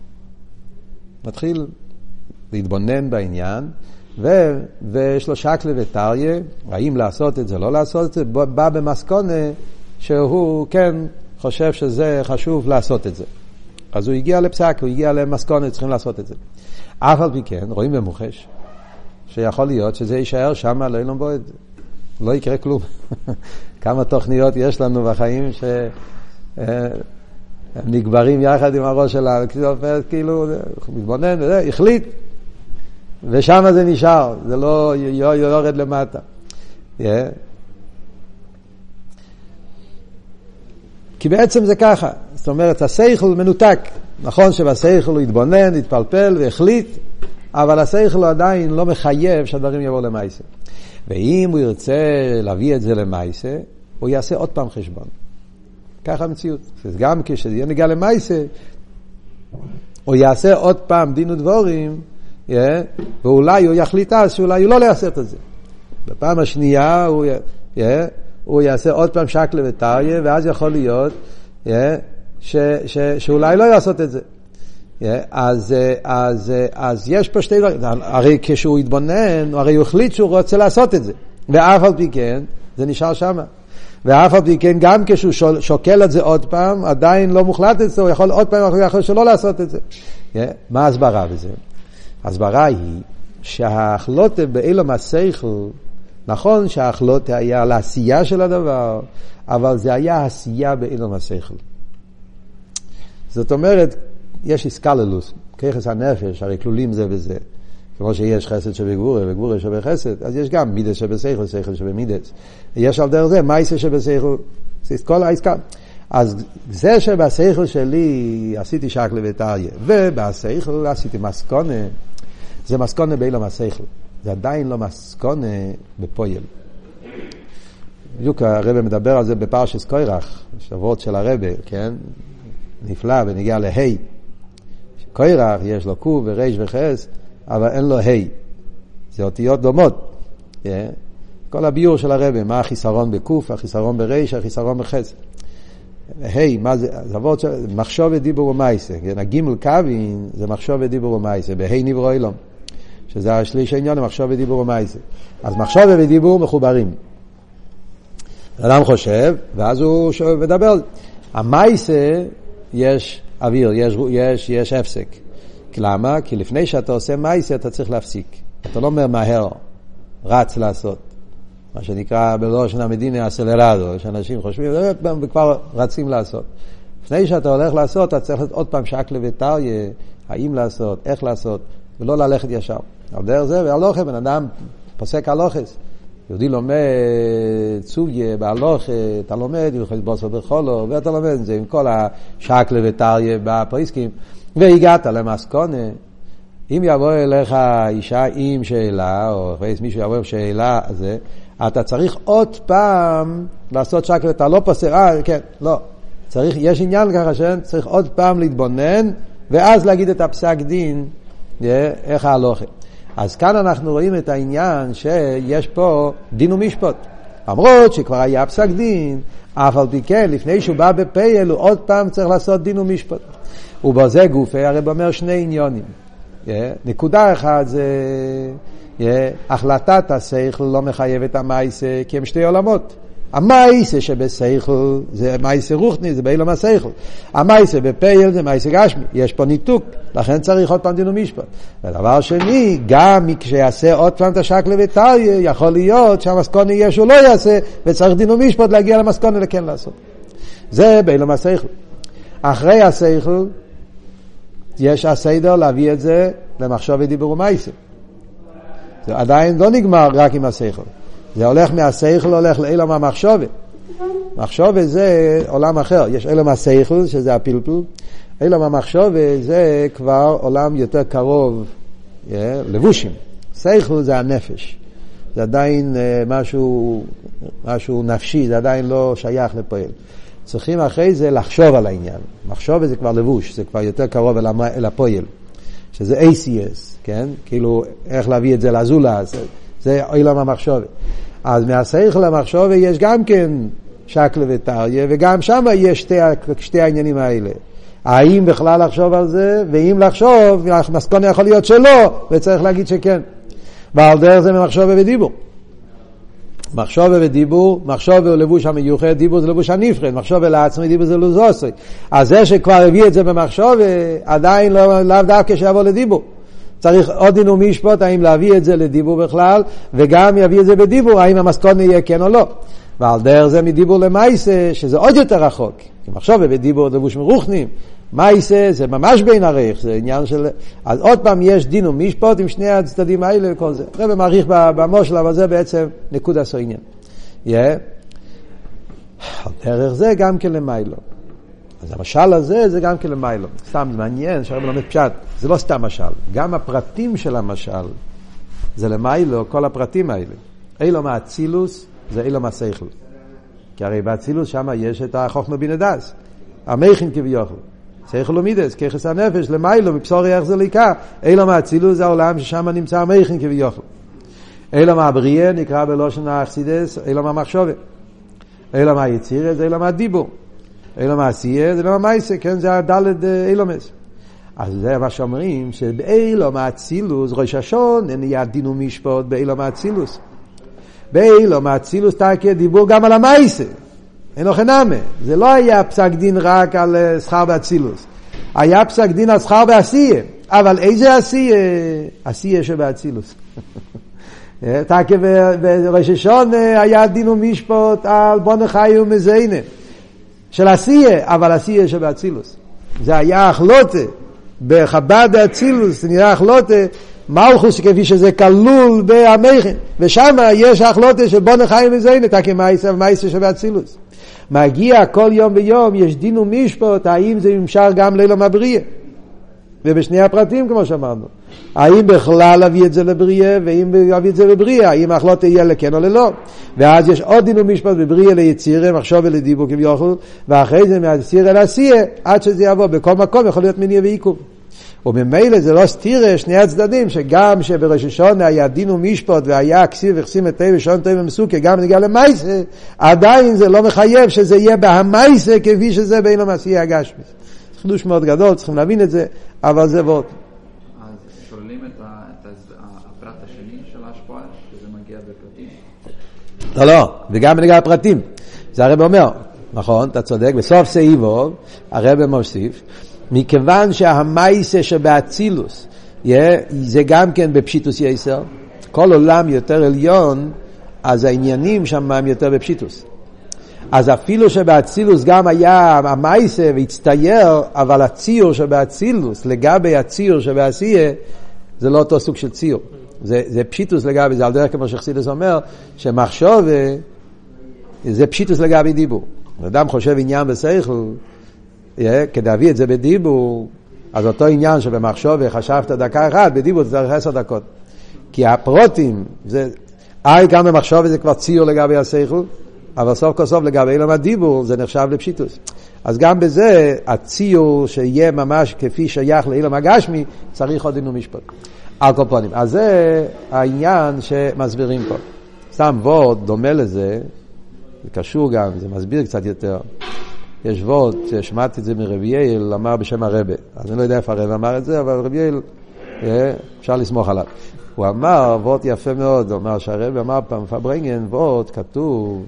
מתחיל להתבונן בעניין, ו, ויש לו שקלה וטריה, האם לעשות את זה, לא לעשות את זה, בא במסכונה, שהוא כן חושב שזה חשוב לעשות את זה. אז הוא הגיע לפסק, הוא הגיע למסקנות, צריכים לעשות את זה. אף על פי כן, רואים במוחש, שיכול להיות שזה יישאר שם, לא ילום בועד. לא יקרה כלום. כמה תוכניות יש לנו בחיים שהם נגברים יחד עם הראש שלה, כאילו, מתבונן, החליט, ושם זה נשאר, זה לא יורד למטה. Yeah. כי בעצם זה ככה, זאת אומרת, השכל מנותק. נכון שבשכל הוא התבונן, התפלפל והחליט, אבל השכל הוא עדיין לא מחייב שהדברים יבואו למעשה. ואם הוא ירצה להביא את זה למעשה, הוא יעשה עוד פעם חשבון. ככה המציאות. גם כשזה נגיע למעשה, הוא יעשה עוד פעם דין ודבורים, yeah, ואולי הוא יחליט אז שאולי הוא לא יעשה את זה. בפעם השנייה הוא, yeah, הוא יעשה עוד פעם שקלה וטריה, ואז יכול להיות yeah, ש, ש, שאולי לא יעשות את זה. Yeah, אז, אז, אז יש פה שתי דברים. הרי כשהוא התבונן, הרי הוא החליט שהוא רוצה לעשות את זה. ואף על פי כן, זה נשאר שם. ואף על פי כן, גם כשהוא שוקל את זה עוד פעם, עדיין לא מוחלט את זה, הוא יכול עוד פעם, הוא יכול שלא לעשות את זה. Yeah, מה ההסברה בזה? ההסברה היא שההחלטה באילום השכל, נכון שההחלטה היה לעשייה של הדבר, אבל זה היה עשייה באילום השכל. זאת אומרת, יש איסקללוס, כיחס הנפש, הרי כלולים זה וזה. כמו שיש חסד שבגבורה וגבורה שבחסד, אז יש גם מידס שבשכל, שכל שבמידס. יש על דרך זה, מייסה שבשכל, זה כל העסקה. אז זה שבשכל שלי עשיתי שקלה וטריה, ובשכל עשיתי מסקונה, זה מסקונה באילום השכל. זה עדיין לא מסקונה בפועל. בדיוק הרב מדבר על זה בפרשת קורח, שבועות של הרב, כן? נפלא ונגיע להי. קורח יש לו קו וריש וחס, אבל אין לו ה'. זה אותיות דומות. Yeah. כל הביור של הרב, מה החיסרון בקוף, החיסרון בריש, החיסרון בחס. ה', מה זה? זה עבוד של מחשוב ודיבור ומייסה. הגימל קווין זה מחשוב ודיבור ומייסה. בה' נברוא אילום. שזה השליש העניין, מחשוב ודיבור ומייסה. אז מחשוב ודיבור מחוברים. אדם חושב, ואז הוא מדבר. המייסה יש אוויר, יש, יש, יש הפסק. למה? כי לפני שאתה עושה מייסה אתה צריך להפסיק. אתה לא אומר מהר, רץ לעשות. מה שנקרא בלושן המדינה אסלרדו, שאנשים חושבים וכבר רצים לעשות. לפני שאתה הולך לעשות, אתה צריך עוד פעם שקלה וטריה, האם לעשות, איך לעשות, ולא ללכת ישר. על דרך זה, והלוכה, בן אדם פוסק הלוכס. יהודי לומד צוגיה בהלוכה, אתה לומד, יוחד בוסו בחולו, ואתה לומד את זה עם כל השקלה וטריה בפריסקים. והגעת למסקונה, אם יבוא אליך אישה עם שאלה, או מישהו יבוא עם שאלה, הזה, אתה צריך עוד פעם לעשות שקל, אתה לא פוסר, אה, כן, לא. צריך, יש עניין ככה שאין, צריך עוד פעם להתבונן, ואז להגיד את הפסק דין, איך ההלוכה. אז כאן אנחנו רואים את העניין שיש פה דין ומשפט. למרות שכבר היה פסק דין, אף על פי כן, לפני שהוא בא בפייל, הוא עוד פעם צריך לעשות דין ומשפט. ובזה גופה הרב אומר שני עניונים. Yeah. נקודה אחת זה yeah, החלטת השכל לא מחייבת המייסה, כי הם שתי עולמות. המייסה שבשכל זה מייסה רוחני, זה באילום השכל. המייסה בפייל זה מייסה גשמי. יש פה ניתוק, לכן צריך עוד פעם דין ומשפט. ודבר שני, גם כשיעשה עוד פעם את השקלה וטריה, יכול להיות שהמסקונה יהיה שהוא לא יעשה, וצריך דין ומשפט להגיע למסקונה לכן לעשות. זה באילום השכל. אחרי השכל, יש הסדר להביא את זה למחשוב ודיבור ומייסה. זה עדיין לא נגמר רק עם השכל. זה הולך מהשכל, הולך לאילום המחשוב. מחשוב זה עולם אחר. יש אילום השכל, שזה הפלפל. אילום המחשוב זה כבר עולם יותר קרוב, yeah, לבושים. שכל זה הנפש. זה עדיין uh, משהו, משהו נפשי, זה עדיין לא שייך לפועל. צריכים אחרי זה לחשוב על העניין. מחשוב זה כבר לבוש, זה כבר יותר קרוב אל, המ... אל הפועל. שזה איי סי אס, כן? כאילו, איך להביא את זה לזולה, זה, זה אילום המחשוב. אז מהשכל למחשוב יש גם כן שקלה וטריה, וגם שם יש שתי, שתי העניינים האלה. האם בכלל לחשוב על זה, ואם לחשוב, מסקונה יכול להיות שלא, וצריך להגיד שכן. ועל דרך זה ממחשוב ודיבור. מחשוב ודיבור, מחשוב ולבוש המיוחד, דיבור זה לבוש הנפרד, מחשוב ולעצמי, דיבור זה לוזוסי. אז זה שכבר הביא את זה במחשוב, עדיין לא, לא דווקא שיבוא לדיבור. צריך עוד דין ומשפט, האם להביא את זה לדיבור בכלל, וגם יביא את זה בדיבור, האם המסקונה יהיה כן או לא. ועל דרך זה מדיבור למייסה, שזה עוד יותר רחוק. כי מחשוב ודיבור לבוש מרוחנים, מייסה זה ממש בין ערך, זה עניין של... אז עוד פעם יש דין ומשפט עם שני הצדדים האלה וכל זה. רבי מעריך במושל, אבל זה בעצם נקוד עשו עניין. Yeah. על דרך זה גם כן למיילו. אז המשל הזה זה גם כן למיילו. סתם מעניין שהרבי לומד פשט, זה לא סתם משל. גם הפרטים של המשל זה למיילו, כל הפרטים האלה. אילו מהצילוס זה אילו מהשכל. כי הרי בהצילוס שם יש את החוכמה בין הדס. המכין כביכול. שכל ומידס, כיחס הנפש, למיילו, מבשורי איך זה ליקה. אילו מהצילוס זה העולם ששם נמצא המכין כביכול. אילו מהבריאה נקרא בלושן האחסידס, אילו מהמחשבת. אילו מהיצירה זה אילו מהדיבור. אילו מהעשייה זה אילו מהמייסה, כן, זה הדלת אילומס. אז זה מה שאומרים, שבאילו מהצילוס, ראש השון, נהיה דין ומשפט באילו מהצילוס. באילו מהצילוס תקי דיבור גם על המייסה. אין לו חנמה. זה לא היה פסק דין רק על שכר בהצילוס. היה פסק דין על שכר בעשייה. אבל איזה עשייה? עשייה שבהצילוס. תקי בראש השון היה דין ומשפט על בונה חי ומזיינה. של עשייה, אבל עשייה שבהצילוס. זה היה החלוטה. בחב"ד האצילוס נראה החלוטה מלכוס כפי שזה כלול בהמכין. ושם יש החלוטה של בונה חי ומזיינה. תקי מייסה ומייסה שבהצילוס. מגיע כל יום ביום, יש דין ומשפט, האם זה נמשך גם לילה מהבריאה. ובשני הפרטים כמו שאמרנו. האם בכלל להביא את זה לבריאה, ואם להביא את זה לבריאה, האם ההחלטה יהיה לכן או ללא. ואז יש עוד דין ומשפט בבריאה ליצירה, מחשוב ולדיבור כביכול, ואחרי זה מהיצירה לעשייה, עד שזה יבוא בכל מקום, יכול להיות מניע ועיכוב. וממילא זה לא סתירה שני הצדדים, שגם שבראש השונה היה דין ומשפט והיה כסיב וכסים את טבע שון טבע מסוקה, גם נגיע למייסה, עדיין זה לא מחייב שזה יהיה בהמייסה כפי שזה בין המעשייה הגשמי. זה חידוש מאוד גדול, צריכים להבין את זה, אבל זה ועוד. אז שוללים את הפרט השני של ההשפעה, שזה מגיע בפרטים? לא, לא, וגם נגיע לפרטים. זה הרב אומר, נכון, אתה צודק, בסוף סעיבו, הרב מוסיף, מכיוון שהמייסה שבאצילוס זה גם כן בפשיטוס יסר, כל עולם יותר עליון, אז העניינים שם הם יותר בפשיטוס. אז אפילו שבאצילוס גם היה המייסה והצטייר, אבל הציור שבאצילוס, לגבי הציור שבעשייה, זה לא אותו סוג של ציור. זה, זה פשיטוס לגבי, זה על דרך כמו שחסידס אומר, שמחשוב זה פשיטוס לגבי דיבור. אדם חושב עניין בשכל, Yeah, כדי להביא את זה בדיבור, אז אותו עניין שבמחשוב וחשבת דקה אחת, בדיבור זה צריך עשר דקות. כי הפרוטים, זה, אי גם במחשוב זה כבר ציור לגבי השכל, אבל סוף כל סוף לגבי אילם הדיבור, זה נחשב לפשיטוס. אז גם בזה, הציור שיהיה ממש כפי שייך לאילם הגשמי, צריך עוד דין ומשפט. על כל פנים. אז זה העניין שמסבירים פה. סתם ווד דומה לזה, זה קשור גם, זה מסביר קצת יותר. יש ווד, שמעתי את זה מרבי יעל, אמר בשם הרבה. אז אני לא יודע איפה הרבה אמר את זה, אבל רבי יעל, אפשר לסמוך עליו. הוא אמר, ווד יפה מאוד, הוא אמר שהרבי אמר פעם, פברנגן, ווד כתוב,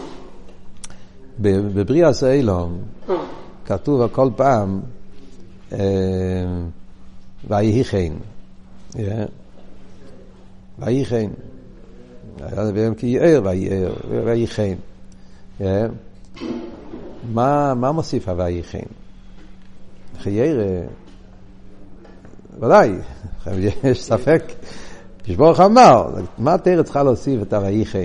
בבריאה סאילום, כתוב כל פעם, ויהי חן. ויהי חן. היה לביהם כי יאר, ויהי חן. מה, מה מוסיף הוואי חן? חייר, ודאי, יש ספק, כשבורך אמר, מה התאר צריכה להוסיף את הוואי חן?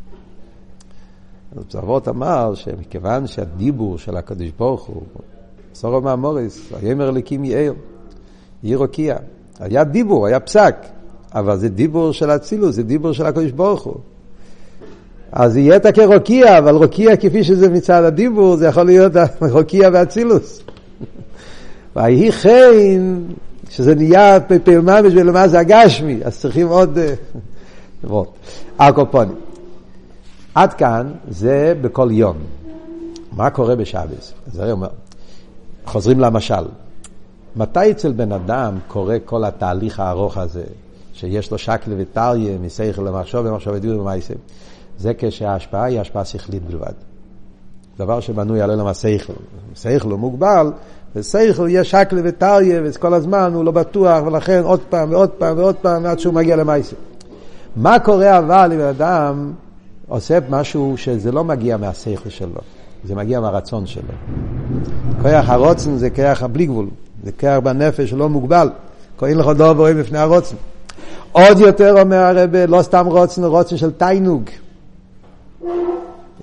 פסבות אמר שמכיוון שהדיבור של הקדוש ברוך הוא, סורו מהמוריס, הימר לקים יאר, יהיה רוקיע, היה דיבור, היה פסק, אבל זה דיבור של הצילוס, זה דיבור של הקדוש ברוך הוא. אז יהיה תקה רוקיע, אבל רוקיע כפי שזה מצד הדיבור, זה יכול להיות רוקיע והצילוס. והיא חן, שזה נהיה פעיל ממש ולמה זה הגשמי, אז צריכים עוד דברות. הקופונים. עד כאן זה בכל יום. מה קורה בשבס? אז הרי אומר, חוזרים למשל. מתי אצל בן אדם קורה כל התהליך הארוך הזה, שיש לו שקל וטריה, מסייכל למחשוב, ומחשוב ודיבור ומייסה? זה כשההשפעה היא השפעה שכלית בלבד. דבר שבנוי על עולם השכל. השכל הוא מוגבל, ושכל יש שקל וטריה, וכל הזמן הוא לא בטוח, ולכן עוד פעם ועוד פעם ועוד פעם, עד שהוא מגיע למעשה. מה קורה אבל אם האדם עושה משהו שזה לא מגיע מהשכל שלו, זה מגיע מהרצון שלו. כוח הרוצן זה כוח בלי גבול, זה כוח בנפש לא מוגבל. אין לך דבר רואים בפני הרוצן. עוד יותר אומר הרב, לא סתם רוצן, רוצן של תיינוג. Yeah.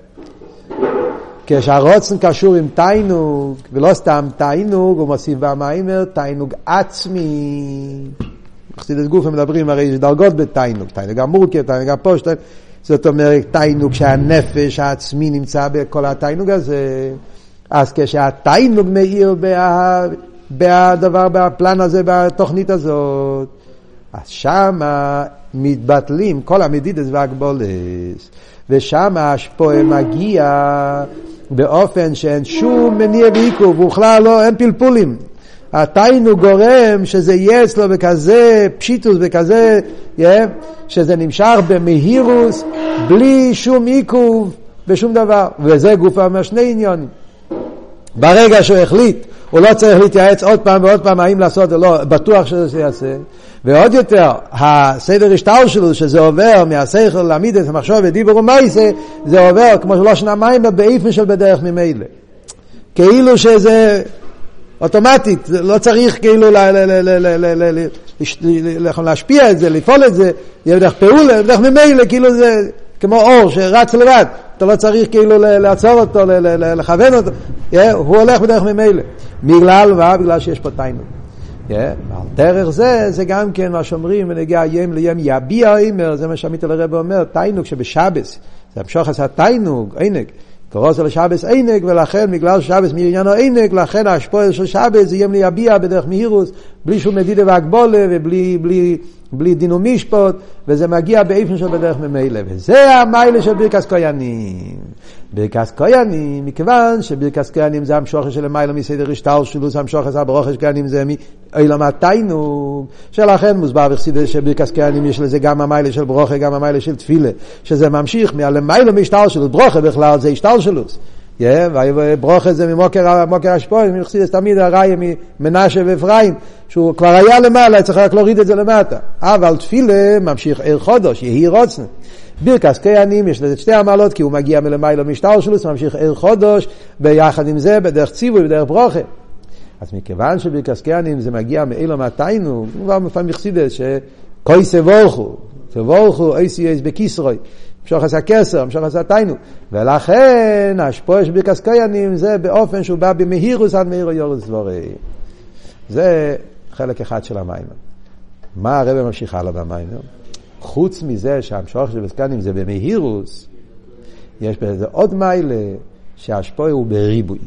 כשהרוצן קשור עם תיינוג, ולא סתם תיינוג, הוא מוסיף במיימר, תיינוג עצמי. חסידות גוף הם מדברים, הרי יש דרגות בתיינוג, תיינוג המורכב, תיינוג הפושט, זאת אומרת, תיינוג שהנפש העצמי נמצא בכל התיינוג הזה, אז כשהתיינוג מאיר בה, בדבר, בפלן הזה, בתוכנית הזאת, אז שם מתבטלים כל המדידס והגבולס, ושם השפועה מגיע באופן שאין שום מניע ועיכוב, וכלל לא, אין פלפולים. התיינוג גורם שזה יהיה אצלו בכזה פשיטוס, בכזה, yeah, שזה נמשך במהירוס, בלי שום עיכוב ושום דבר. וזה גוף אומר שני עניונים. ברגע שהוא החליט, הוא לא צריך להתייעץ עוד פעם ועוד פעם האם לעשות או לא, בטוח שזה יעשה. ועוד יותר, הסדר השטר שלו, שזה עובר מהשכל להעמיד את המחשוב ודיבור ומעשה, זה עובר כמו שלא שנה מים באיפן של בדרך ממילא. כאילו שזה אוטומטית, לא צריך כאילו להשפיע את זה, לפעול את זה, בדרך פעולה, בדרך ממילא, כאילו זה כמו אור שרץ לבד, אתה לא צריך כאילו לעצור אותו, לכוון אותו, הוא הולך בדרך ממילא. בגלל מה? בגלל שיש פה תיינוג. ועל דרך זה, זה גם כן מה שאומרים, ונגיע ים לים יביע אימר, זה מה שעמית על הרב אומר, תיינוג שבשבס, זה המשוך עשה תיינוג, עינג, קוראים לשבס עינג, ולכן בגלל שבס מעניינו עינג, לכן ההשפוע של שבס זה ים ליביע בדרך מהירוס, בלי שום מדידה והגבולה, ובלי בלי, בלי דינו משפוט, וזה מגיע באיפן של בדרך ממילא, וזה המיילה של ברכס כהנים. ברכס כהנים, מכיוון שברכס כהנים זה המשוך של המיילה מסדר השטר שלו, זה המשוך של ברוכס כהנים זה מאילם התיינוג, שלכן מוסבר בחסידות שברכס כהנים יש לזה גם המיילה של ברוכה, גם המיילה של תפילה, שזה ממשיך מהמיילה משטר שלו, ברוכה בכלל זה השטר שלו. וברוכה זה ממוקר השפוע, מחסידות תמיד הראיה ממנשה ואפרים, שהוא כבר היה למעלה, צריך רק להוריד את זה למטה. אבל תפילה ממשיך עיר חודש, יהי רוצנה. ברכס כהנים יש לזה שתי המעלות, כי הוא מגיע מלמעלה משטר שלו, ממשיך עיר חודש, ביחד עם זה, בדרך ציווי, בדרך ברוכה. אז מכיוון שברכס כהנים זה מגיע מאילום התיינוג, הוא כבר מפעם מחסידות שכוי סבורכו, סבורכו אייסי אייס בקיסרוי, המשוך עשה כסר, המשוך עשה תיינוג. ולכן השפוע של ברכס כהנים זה באופן שהוא בא במהירוס עד מהירו יורס דבורי. זה חלק אחד של המים. מה הרב ממשיך הלאה במים? חוץ מזה שהמשוך של ברכס כהנים זה במהירוס, יש בזה עוד מיילה שהשפוע הוא בריבוי.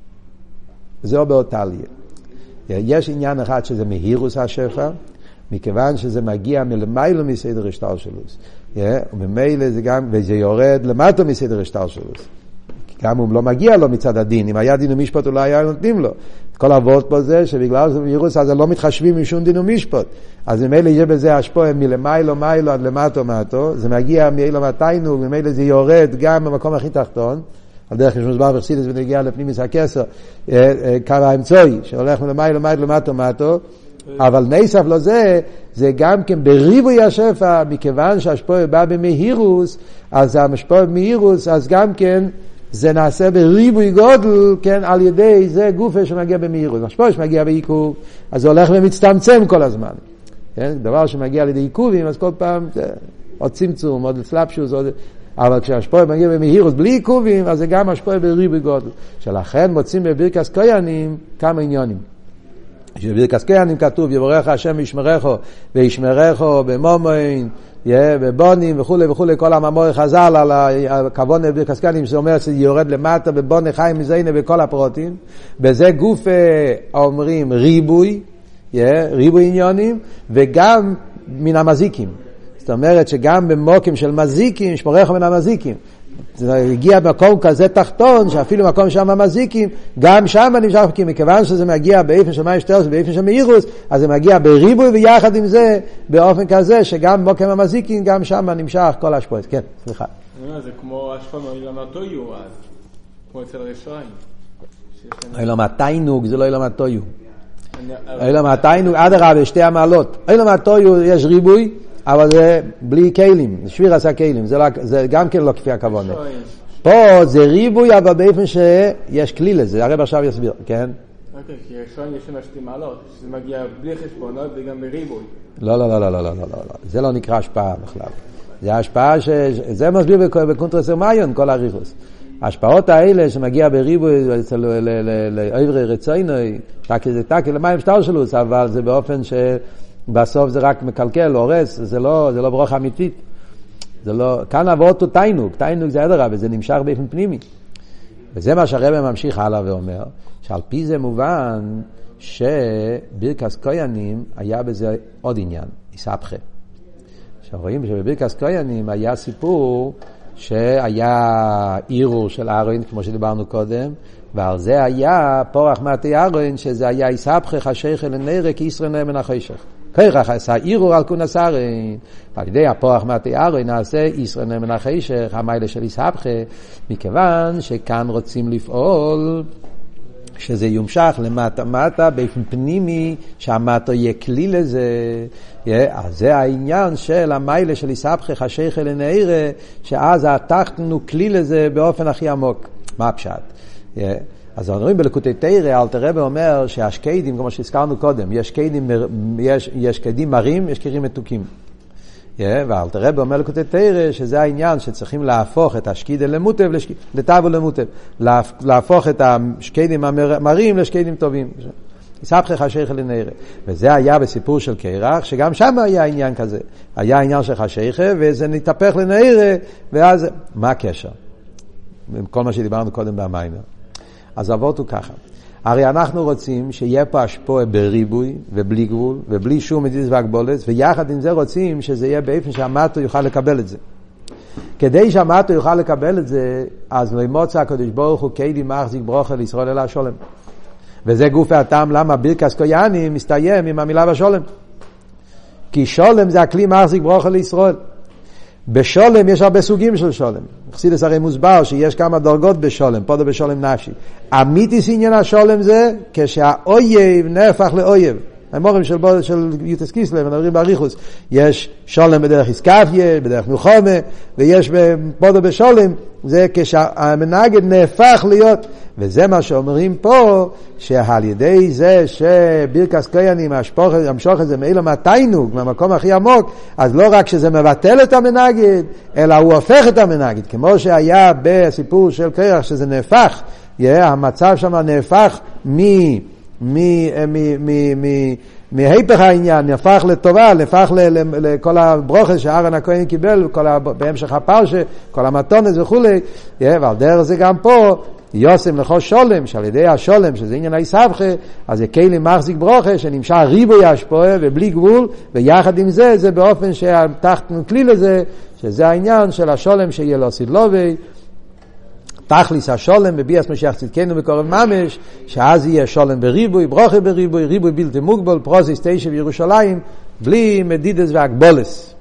זה או באותליה. יש עניין אחד שזה מהירוס השפע, מכיוון שזה מגיע מלמיילו מסדר השטר שלו. וממילא זה גם, וזה יורד למטה מסדר השטר שלו. גם הוא לא מגיע לו מצד הדין. אם היה דין ומשפט אולי היה נותנים לו. כל העבוד פה זה שבגלל זה מהירוס אז לא מתחשבים משום דין ומשפט. אז ממילא יהיה בזה השפוע מלמיילו מיילו עד למטה מטו. זה מגיע מאילו מתיינוג, ממילא זה יורד גם במקום הכי תחתון. על דרך שמוסבר בחסידות ונגיע לפנימיס הכסר, קו האמצעי, שהולך מלמיילו מיילו למטה מטו. אבל נסף לו זה, זה גם כן בריבוי השפע, מכיוון שהשפוע בא במהירוס, אז המשפוע במהירוס, אז גם כן זה נעשה בריבוי גודל, כן, על ידי זה גופה שמגיע במהירוס. השפוע שמגיע בעיכוב, אז זה הולך ומצטמצם כל הזמן. כן? דבר שמגיע על ידי עיכובים, אז כל פעם זה עוד צמצום, עוד סלאפשוס, עוד... אבל כשהשפוע מגיע במהירוס בלי עיכובים, אז זה גם השפוע בריבוי גודל. שלכן מוצאים בברכס כהנים כמה עניונים. שבברכס כהנים כתוב יברך השם וישמרך וישמרך במומין בבונים וכו' וכו', כל המאמר חז"ל על הכוון בברכס כהנים שאומר שזה יורד למטה בבוני חיים מזיינה בכל הפרוטים. בזה גוף אומרים ריבוי, ריבוי עניונים, וגם מן המזיקים. זאת אומרת שגם במוקים של מזיקים, שמורך מן המזיקים. זה הגיע במקום כזה תחתון, שאפילו מקום שם מזיקים, גם שם נמשך, כי מכיוון שזה מגיע באיפן של מים שטרס ובאיפן של מאירוס, אז זה מגיע בריבוי ויחד עם זה, באופן כזה שגם במקום המזיקים, גם שם נמשך כל השפועות. כן, סליחה. זה כמו השפעה מאילם התויו, כמו אצל רשעים. אילם התיינוג זה לא אילם התויו. אילם התיינוג, עד הרבה, שתי המעלות. אילם התויו יש ריבוי, אבל זה בלי כלים, שביר עשה כלים, זה, לא, זה גם כן לא כפי הכוונה. פה זה ריבוי, אבל באופן שיש כלי לזה, הרב עכשיו יסביר, כן? אוקיי, כי ראשון יש שם שתי מעלות, שזה מגיע בלי חשבונות וגם בריבוי. לא, לא, לא, לא, לא, לא, לא, זה לא נקרא השפעה בכלל. זה השפעה ש... זה מסביר בקונטרס הרמיון, כל הריחוס. ההשפעות האלה שמגיע בריבוי לעברי רצוינוי, תקי זה תקי למים שטר שלוס, אבל זה באופן ש... בסוף זה רק מקלקל, הורס, זה לא, זה לא ברוך אמיתית. זה לא, כאן עבוד הוא תיינוק, תיינוק זה עדרה, וזה נמשך באופן פנימי. וזה מה שהרבא ממשיך הלאה ואומר, שעל פי זה מובן שברכס כהנים היה בזה עוד עניין, איסבכה. עכשיו רואים שבברכס כהנים היה סיפור שהיה עירור של אהרון, כמו שדיברנו קודם, ועל זה היה פורח מתי אהרון, שזה היה איסבכה חשיך אל נראה כי ישראל נאמן מן החושך. כרך עשה עירור על כונס אהרון, ועל ידי הפורח מתי אהרון נעשה ישראל נאמן מן החושך, המיילה של איסבכה, מכיוון שכאן רוצים לפעול שזה יומשך למטה מטה באופן פנימי, שהמטה יהיה כלי לזה. אז זה העניין של המיילה של איסבכה חשיך אל נראה, שאז התחתנו כלי לזה באופן הכי עמוק. מה הפשט? אז אנחנו רואים בלקוטי תורה, אלתר רבי אומר שהשקדים, כמו שהזכרנו קודם, יש שקדים, יש, יש שקדים מרים, יש שקדים מתוקים. ואלתר רבי אומר בלקוטי תורה שזה העניין שצריכים להפוך את השקידה למוטב, לטבו למוטב, להפוך את השקדים המרים לשקדים טובים. איסבכה חשיך אל נראה. וזה היה בסיפור של קרח, שגם שם היה עניין כזה. היה עניין של חשיך, וזה נתהפך לנראה, ואז, מה הקשר? כל מה שדיברנו קודם במיימר. אז עבוד הוא ככה. הרי אנחנו רוצים שיהיה פה השפוע בריבוי ובלי גבול ובלי שום מדיס והגבולת, ויחד עם זה רוצים שזה יהיה באופן שהמטו יוכל לקבל את זה. כדי שהמטו יוכל לקבל את זה, אז למוצא הקדוש ברוך הוא כלי מחזיק ברוכה לישראל אל השולם. וזה גוף הטעם למה ברכס כהנים מסתיים עם המילה בשולם. כי שולם זה הכלי מחזיק ברוכה לישראל. בשולם יש הרבה סוגים של שולם. חסידס הרי מוסבר שיש כמה דרגות בשולם, פה זה בשולם נפשי. אמיתיס עניין השולם זה כשהאויב נהפך לאויב. המורים של, של יוטס קיסלב, מדברים באריכוס, יש שולם בדרך איסקפיה, בדרך מלחמה, ויש פה בשולם, זה כשהמנגד נהפך להיות, וזה מה שאומרים פה, שעל ידי זה שברכס כהנים המשוך את זה מאילו מהתיינוג, מהמקום הכי עמוק, אז לא רק שזה מבטל את המנגד, אלא הוא הופך את המנגד, כמו שהיה בסיפור של קרח, שזה נהפך, המצב שם נהפך מ... מהיפך העניין, נהפך לטובה, נהפך לכל הברוכס שאהרון הכהן קיבל, בהמשך הפרשה, כל המתונס וכו', ועל דרך זה גם פה, יוסם לכל שולם, שעל ידי השולם, שזה עניין האיסבכה, אז זה כלי מחזיק ברוכה, שנמשך ריבוי השפועה ובלי גבול, ויחד עם זה, זה באופן שהתחתנו כלי לזה, שזה העניין של השולם שיהיה לו סדלובי, תכליס השולם בביאס משיח צדקנו בקורב ממש, שאז יהיה שולם בריבוי, ברוכה בריבוי, ריבוי בלתי מוגבל, פרוסיס תשע בירושלים, בלי מדידס והגבולס.